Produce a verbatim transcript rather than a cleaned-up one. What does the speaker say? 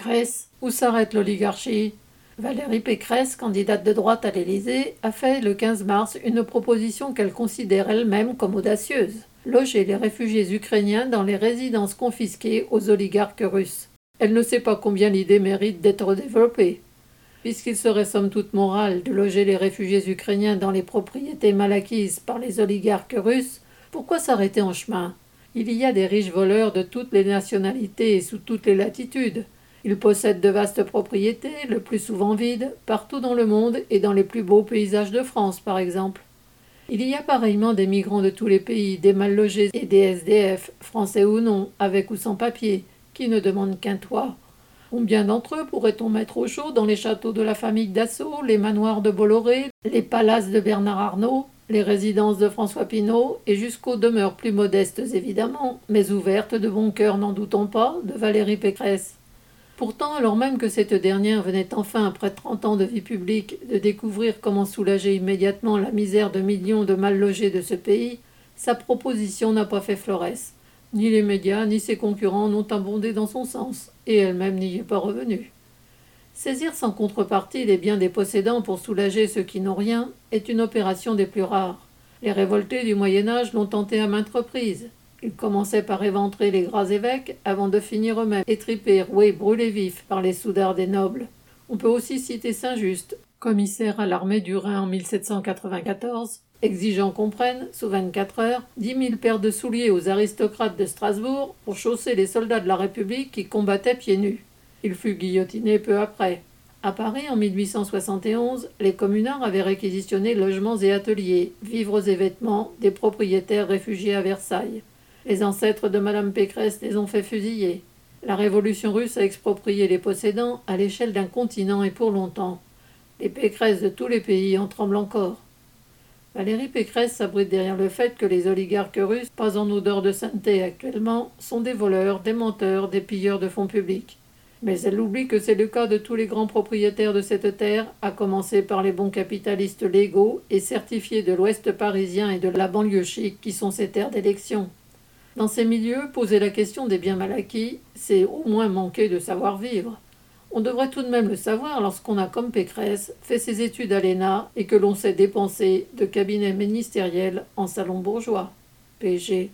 Pécresse, où s'arrête l'oligarchie? Valérie Pécresse, candidate de droite à l'Élysée, a fait le quinze mars une proposition qu'elle considère elle-même comme audacieuse: loger les réfugiés ukrainiens dans les résidences confisquées aux oligarques russes. Elle ne sait pas combien l'idée mérite d'être développée. Puisqu'il serait somme toute moral de loger les réfugiés ukrainiens dans les propriétés mal acquises par les oligarques russes, pourquoi s'arrêter en chemin? Il y a des riches voleurs de toutes les nationalités et sous toutes les latitudes. Ils possèdent de vastes propriétés, le plus souvent vides, partout dans le monde et dans les plus beaux paysages de France, par exemple. Il y a pareillement des migrants de tous les pays, des mal logés et des S D F, français ou non, avec ou sans papier, qui ne demandent qu'un toit. Combien d'entre eux pourrait-on mettre au chaud dans les châteaux de la famille Dassault, les manoirs de Bolloré, les palaces de Bernard Arnault, les résidences de François Pinault, et jusqu'aux demeures plus modestes évidemment, mais ouvertes de bon cœur, n'en doutons pas, de Valérie Pécresse. Pourtant, alors même que cette dernière venait enfin, après trente ans de vie publique, de découvrir comment soulager immédiatement la misère de millions de mal logés de ce pays, sa proposition n'a pas fait florès. Ni les médias, ni ses concurrents n'ont abondé dans son sens, et elle-même n'y est pas revenue. Saisir sans contrepartie les biens des possédants pour soulager ceux qui n'ont rien est une opération des plus rares. Les révoltés du Moyen-Âge l'ont tenté à maintes reprises. Ils commençaient par éventrer les gras évêques avant de finir eux-mêmes étripés, roués, brûlés vifs par les soudards des nobles. On peut aussi citer Saint-Just, commissaire à l'armée du Rhin en mille sept cent quatre-vingt-quatorze, exigeant qu'on prenne, sous vingt-quatre heures, dix mille paires de souliers aux aristocrates de Strasbourg pour chausser les soldats de la République qui combattaient pieds nus. Il fut guillotiné peu après. À Paris, en mille huit cent soixante et onze, les communards avaient réquisitionné logements et ateliers, vivres et vêtements des propriétaires réfugiés à Versailles. Les ancêtres de Madame Pécresse les ont fait fusiller. La révolution russe a exproprié les possédants à l'échelle d'un continent et pour longtemps. Les Pécresses de tous les pays en tremblent encore. Valérie Pécresse s'abrite derrière le fait que les oligarques russes, pas en odeur de sainteté actuellement, sont des voleurs, des menteurs, des pilleurs de fonds publics. Mais elle oublie que c'est le cas de tous les grands propriétaires de cette terre, à commencer par les bons capitalistes légaux et certifiés de l'Ouest parisien et de la banlieue chic qui sont ses terres d'élection. Dans ces milieux, poser la question des biens mal acquis, c'est au moins manquer de savoir-vivre. On devrait tout de même le savoir lorsqu'on a, comme Pécresse, fait ses études à l'E N A et que l'on sait dépenser de cabinet ministériel en salon bourgeois. P G